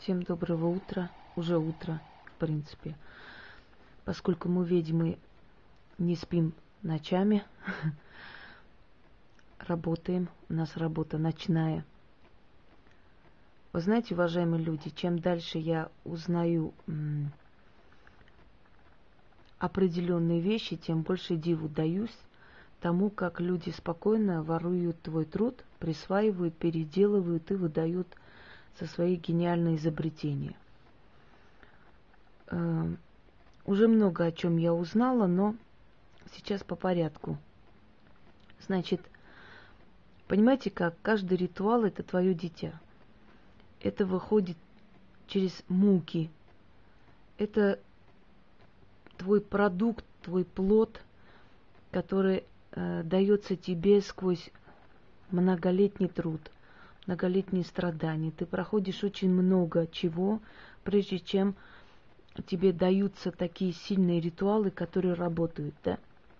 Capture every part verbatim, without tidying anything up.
Всем доброго утра. Уже утро, в принципе. Поскольку мы, ведьмы, не спим ночами, работаем. У нас работа ночная. Вы знаете, уважаемые люди, чем дальше я узнаю м, определенные вещи, тем больше диву даюсь тому, как люди спокойно воруют твой труд, присваивают, переделывают и выдают за свои гениальные изобретения. Э, уже много о чем я узнала, но сейчас по порядку. Значит, понимаете как, каждый ритуал – это твое дитя. Это выходит через муки. Это твой продукт, твой плод, который э, дается тебе сквозь многолетний труд, многолетние страдания. Ты проходишь очень много чего, прежде чем тебе даются такие сильные ритуалы, которые работают, да?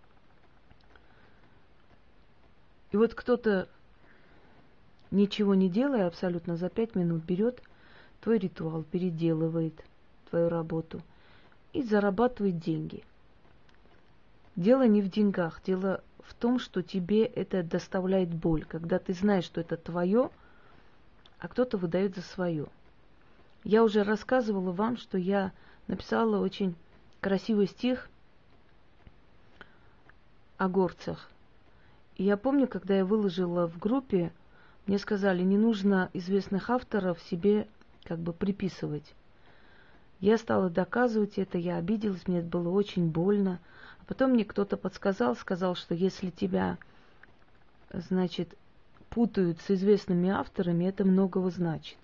И вот кто-то, ничего не делая, абсолютно за пять минут берет твой ритуал, переделывает твою работу и зарабатывает деньги. Дело не в деньгах, дело в том, что тебе это доставляет боль, когда ты знаешь, что это твое, а кто-то выдает за свое. Я уже рассказывала вам, что я написала очень красивый стих о горцах. И я помню, когда я выложила в группе, мне сказали, не нужно известных авторов себе как бы приписывать. Я стала доказывать это, я обиделась, мне это было очень больно. А потом мне кто-то подсказал, сказал, что если тебя, значит, путают с известными авторами, это многого значит.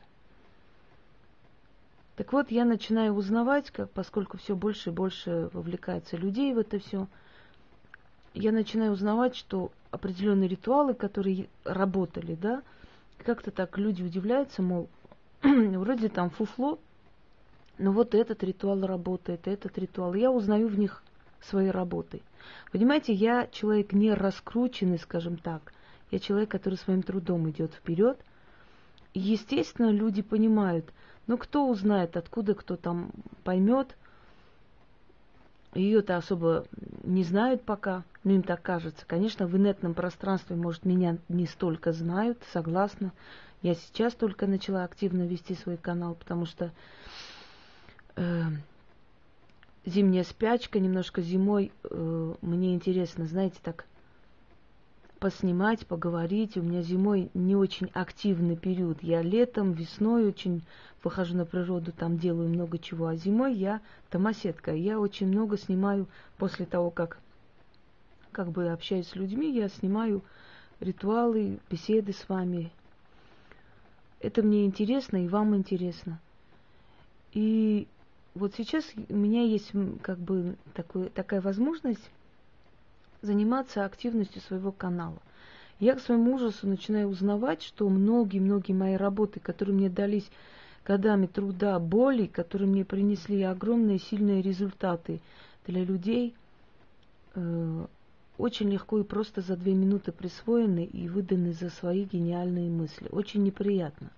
Так вот, я начинаю узнавать, как, поскольку все больше и больше вовлекается людей в это все, я начинаю узнавать, что определенные ритуалы, которые работали, да, как-то так люди удивляются, мол, вроде там фуфло, но вот этот ритуал работает, этот ритуал. Я узнаю в них своей работой. Понимаете, я человек не раскрученный, скажем так. Я человек, который своим трудом идет вперед. И, естественно, люди понимают, но кто узнает, откуда кто там поймет. Ее-то особо не знают пока, но им так кажется. Конечно, в инетном пространстве, может, меня не столько знают, согласна. Я сейчас только начала активно вести свой канал, потому что э, зимняя спячка, немножко зимой э, мне интересно, знаете, так поснимать, поговорить. У меня зимой не очень активный период. Я летом, весной очень выхожу на природу, там делаю много чего. А зимой я домоседка. Я очень много снимаю после того, как как бы общаюсь с людьми, я снимаю ритуалы, беседы с вами. Это мне интересно, и вам интересно. И вот сейчас у меня есть как бы такой, такая возможность заниматься активностью своего канала. Я к своему ужасу начинаю узнавать, что многие-многие мои работы, которые мне дались годами труда, боли, которые мне принесли огромные сильные результаты для людей, э, очень легко и просто за две минуты присвоены и выданы за свои гениальные мысли. Очень неприятно.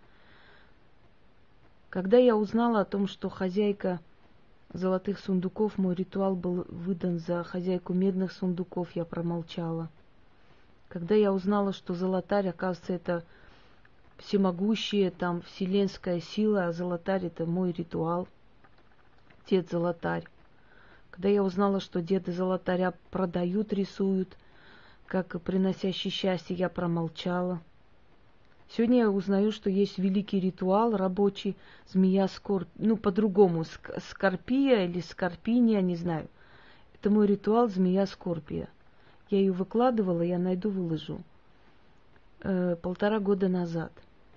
Когда я узнала о том, что хозяйка золотых сундуков, мой ритуал был выдан за хозяйку медных сундуков, я промолчала. Когда я узнала, что золотарь, оказывается, это всемогущая, там, вселенская сила, а золотарь это мой ритуал, дед золотарь. Когда я узнала, что деды золотаря продают, рисуют, как приносящий счастье, я промолчала. Сегодня я узнаю, что есть великий ритуал рабочий, змея скорпия, ну, по-другому, скорпия или скорпиния, не знаю. Это мой ритуал змея скорпия. Я ее выкладывала, я найду, выложу. Э, полтора года назад.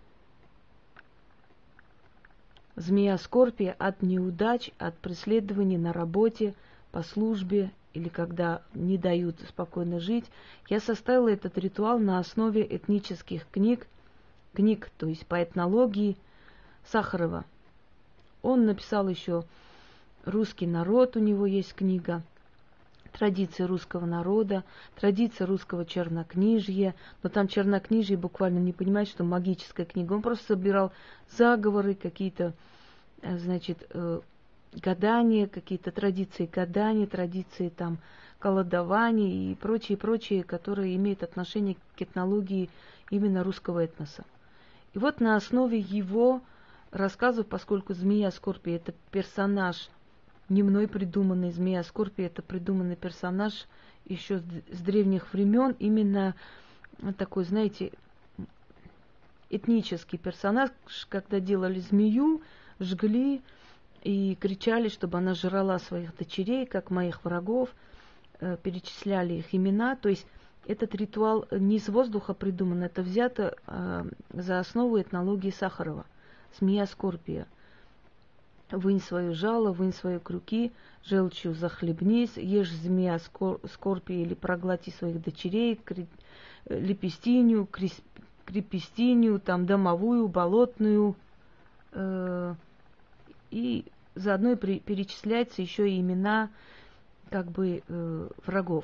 Змея скорпия от неудач, от преследований на работе, по службе или когда не дают спокойно жить. Я составила этот ритуал на основе этнических книг, книг, то есть по этнологии Сахарова. Он написал еще «Русский народ», у него есть книга, традиции русского народа, традиции русского чернокнижья. Но там чернокнижье буквально не понимает, что магическая книга. Он просто собирал заговоры, какие-то, значит, гадания, какие-то традиции гадания, традиции там колодования и прочие, прочие, которые имеют отношение к этнологии именно русского этноса. И вот на основе его рассказов, поскольку Змея Скорпий — это персонаж не мной придуманный, Змея Скорпий — это придуманный персонаж еще с древних времен, именно такой, знаете, этнический персонаж, когда делали змею, жгли и кричали, чтобы она жрала своих дочерей, как моих врагов, перечисляли их имена. То есть этот ритуал не с воздуха придуман, это взято э, за основу этнологии Сахарова. Змея Скорпия. Вынь свое жало, вынь свои крюки, желчью захлебнись, ешь, змея Скорпия, или проглоти своих дочерей, лепестиню, крепестиню, там, домовую, болотную. Э, и заодно при, перечисляются еще и имена как бы э, врагов.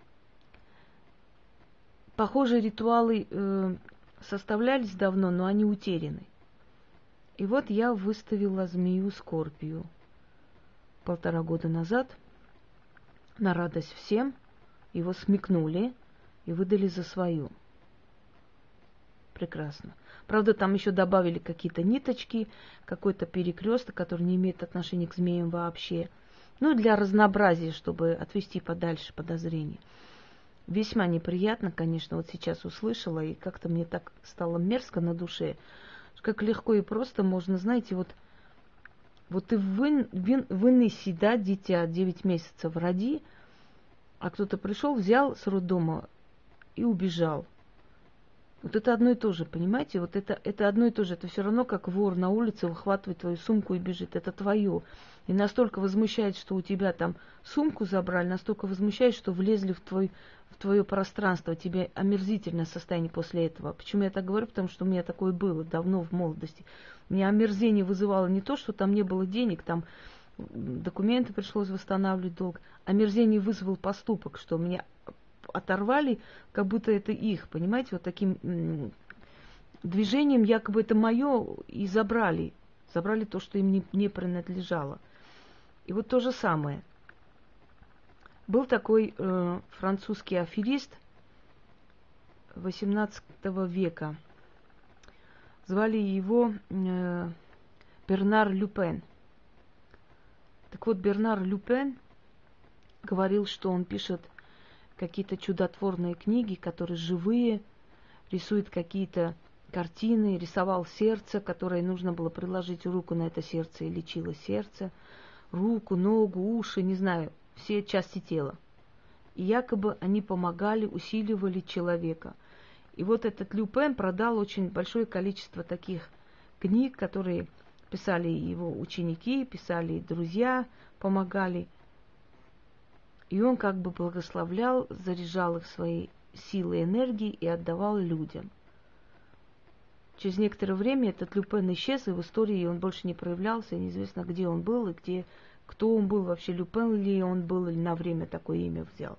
Похожие ритуалы э, составлялись давно, но они утеряны. И вот я выставила Змею Скорпию полтора года назад, на радость всем, его смекнули и выдали за свою. Прекрасно. Правда, там еще добавили какие-то ниточки, какой-то перекресток, который не имеет отношения к змеям вообще. Ну, для разнообразия, чтобы отвести подальше подозрения. Весьма неприятно, конечно, вот сейчас услышала, и как-то мне так стало мерзко на душе, как легко и просто можно, знаете, вот, вот ты вын, вын, вынеси, да, дитя, девять месяцев роди, а кто-то пришел, взял с роддома и убежал. Вот это одно и то же, понимаете? Вот это, это одно и то же. Это все равно, как вор на улице выхватывает твою сумку и бежит. Это твое. И настолько возмущает, что у тебя там сумку забрали, настолько возмущает, что влезли в, твой, в твое пространство. Тебе омерзительное состояние после этого. Почему я так говорю? Потому что у меня такое было давно в молодости. У меня омерзение вызывало не то, что там не было денег, там документы пришлось восстанавливать долг. Омерзение вызвал поступок, что меня оторвали, как будто это их, понимаете, вот таким м, движением, якобы это мое, и забрали. Забрали то, что им не, не принадлежало. И вот то же самое. Был такой э, французский аферист восемнадцатого века. Звали его э, Бернар Люпен. Так вот, Бернар Люпен говорил, что он пишет какие-то чудотворные книги, которые живые, рисует какие-то картины, рисовал сердце, которое нужно было приложить руку на это сердце, и лечило сердце, руку, ногу, уши, не знаю, все части тела. И якобы они помогали, усиливали человека. И вот этот Люпен продал очень большое количество таких книг, которые писали его ученики, писали друзья, помогали. И он как бы благословлял, заряжал их своей силой, энергией и отдавал людям. Через некоторое время этот Люпен исчез, и в истории он больше не проявлялся, и неизвестно, где он был, и где, кто он был вообще, Люпен ли он был, или на время такое имя взял.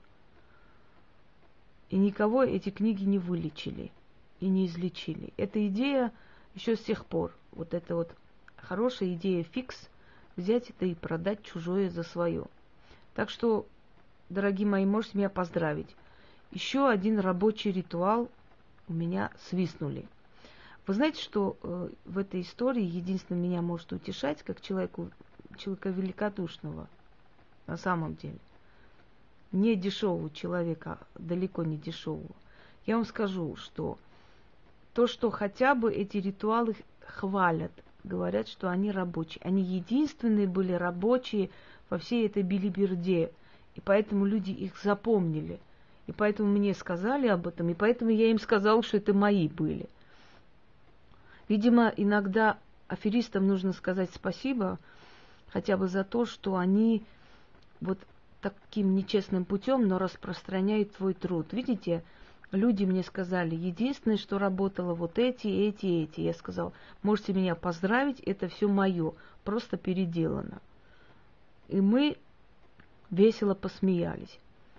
И никого эти книги не вылечили и не излечили. Эта идея еще с тех пор, вот эта вот хорошая идея фикс, взять это и продать чужое за свое. Так что, дорогие мои, можете меня поздравить. Еще один рабочий ритуал у меня свистнули. Вы знаете, что э, в этой истории единственное меня может утешать, как человеку, человека великодушного, на самом деле. Не дешевого человека, далеко не дешевого. Я вам скажу, что то, что хотя бы эти ритуалы хвалят, говорят, что они рабочие. Они единственные были рабочие во всей этой билиберде. И поэтому люди их запомнили. И поэтому мне сказали об этом. И поэтому я им сказала, что это мои были. Видимо, иногда аферистам нужно сказать спасибо хотя бы за то, что они вот таким нечестным путем, но распространяют твой труд. Видите, люди мне сказали, единственное, что работало, вот эти, эти, эти. Я сказала, можете меня поздравить, это все мое, просто переделано. И мы весело посмеялись.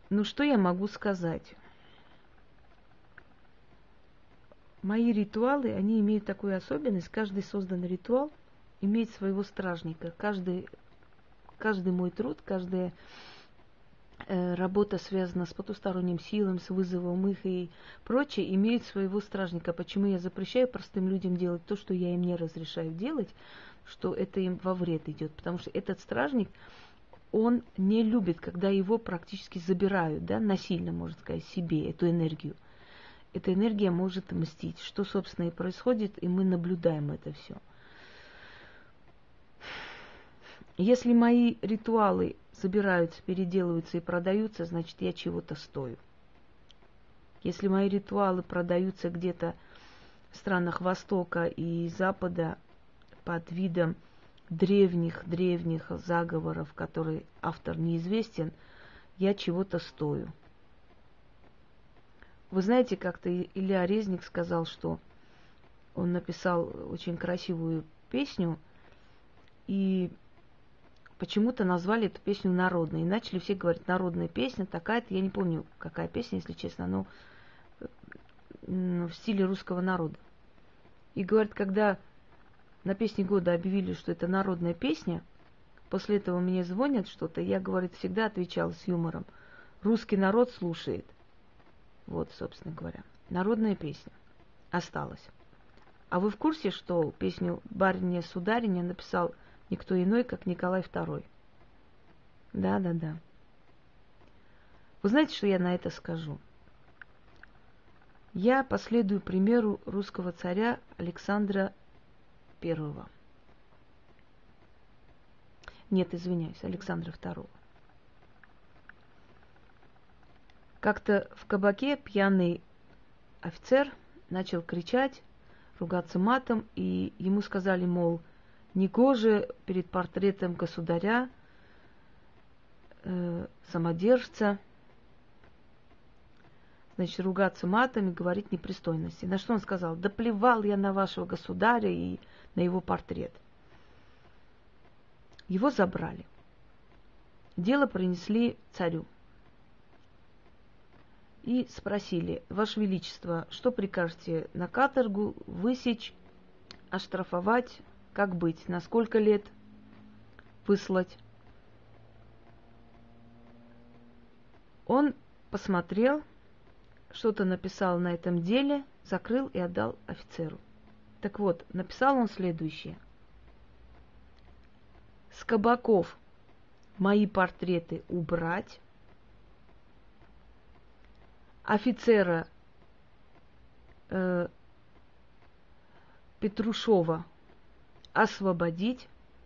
Ну, что я могу сказать? Мои ритуалы, они имеют такую особенность. Каждый созданный ритуал имеет своего стражника. Каждый, каждый мой труд, каждая э, работа связана с потусторонним силам, с вызовом их и прочее, имеет своего стражника. Почему я запрещаю простым людям делать то, что я им не разрешаю делать, что это им во вред идет. Потому что этот стражник, он не любит, когда его практически забирают, да, насильно, можно сказать, себе эту энергию. Эта энергия может мстить, что, собственно, и происходит, и мы наблюдаем это все. Если мои ритуалы собираются, переделываются и продаются, значит, я чего-то стою. Если мои ритуалы продаются где-то в странах Востока и Запада под видом древних-древних заговоров, которые автор неизвестен, я чего-то стою. Вы знаете, как-то Илья Резник сказал, что он написал очень красивую песню, и почему-то назвали эту песню народной. И начали все говорить, народная песня такая-то. Я не помню, какая песня, если честно, но в стиле русского народа. И говорят, когда на песне года объявили, что это народная песня, после этого мне звонят что-то, я, говорит, всегда отвечала с юмором. Русский народ слушает. Вот, собственно говоря, народная песня осталась. А вы в курсе, что песню «Барыня-сударыня» написал никто иной, как Николай второй? Да-да-да. Вы знаете, что я на это скажу? Я последую примеру русского царя Александра Первого. Нет, извиняюсь, Александра Второго. Как-то в кабаке пьяный офицер начал кричать, ругаться матом, и ему сказали, мол, негоже перед портретом государя, э, самодержца, значит, ругаться матом и говорить непристойности. На что он сказал? Да плевал я на вашего государя и на его портрет. Его забрали. Дело принесли царю. И спросили, Ваше Величество, что прикажете, на каторгу высечь, оштрафовать, как быть, на сколько лет выслать? Он посмотрел, что-то написал на этом деле, закрыл и отдал офицеру. Так вот, написал он следующее. С кабаков мои портреты убрать, офицера э, Петрушова освободить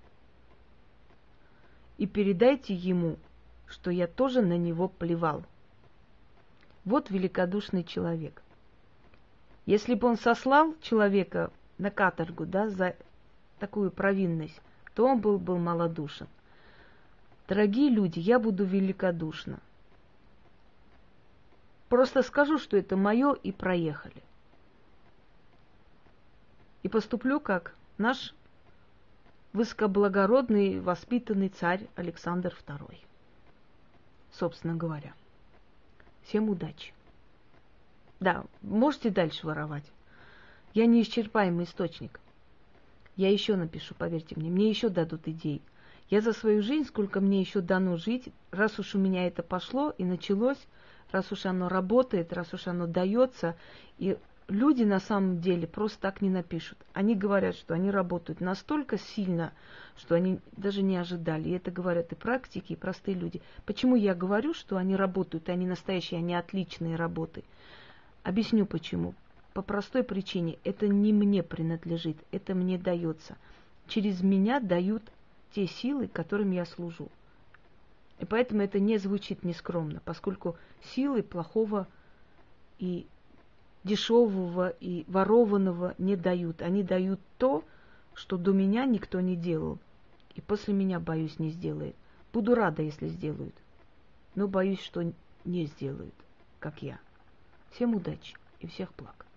и передайте ему, что я тоже на него плевал. Вот великодушный человек. Если бы он сослал человека на каторгу, да, за такую провинность, то он был бы малодушен. Дорогие люди, я буду великодушна. Просто скажу, что это мое, и проехали. И поступлю как наш высокоблагородный, воспитанный царь Александр Второй. Собственно говоря. Всем удачи. Да, можете дальше воровать. Я неисчерпаемый источник. Я еще напишу, поверьте мне, мне еще дадут идей. Я за свою жизнь, сколько мне еще дано жить, раз уж у меня это пошло и началось, раз уж оно работает, раз уж оно дается, и люди на самом деле просто так не напишут. Они говорят, что они работают настолько сильно, что они даже не ожидали. И это говорят и практики, и простые люди. Почему я говорю, что они работают, они настоящие, они отличные работы? Объясню почему. По простой причине. Это не мне принадлежит, это мне дается. Через меня дают те силы, которым я служу. И поэтому это не звучит нескромно, поскольку силы плохого и дешевого и ворованного не дают. Они дают то, что до меня никто не делал. И после меня, боюсь, не сделает. Буду рада, если сделают. Но боюсь, что не сделают, как я. Всем удачи и всех благ.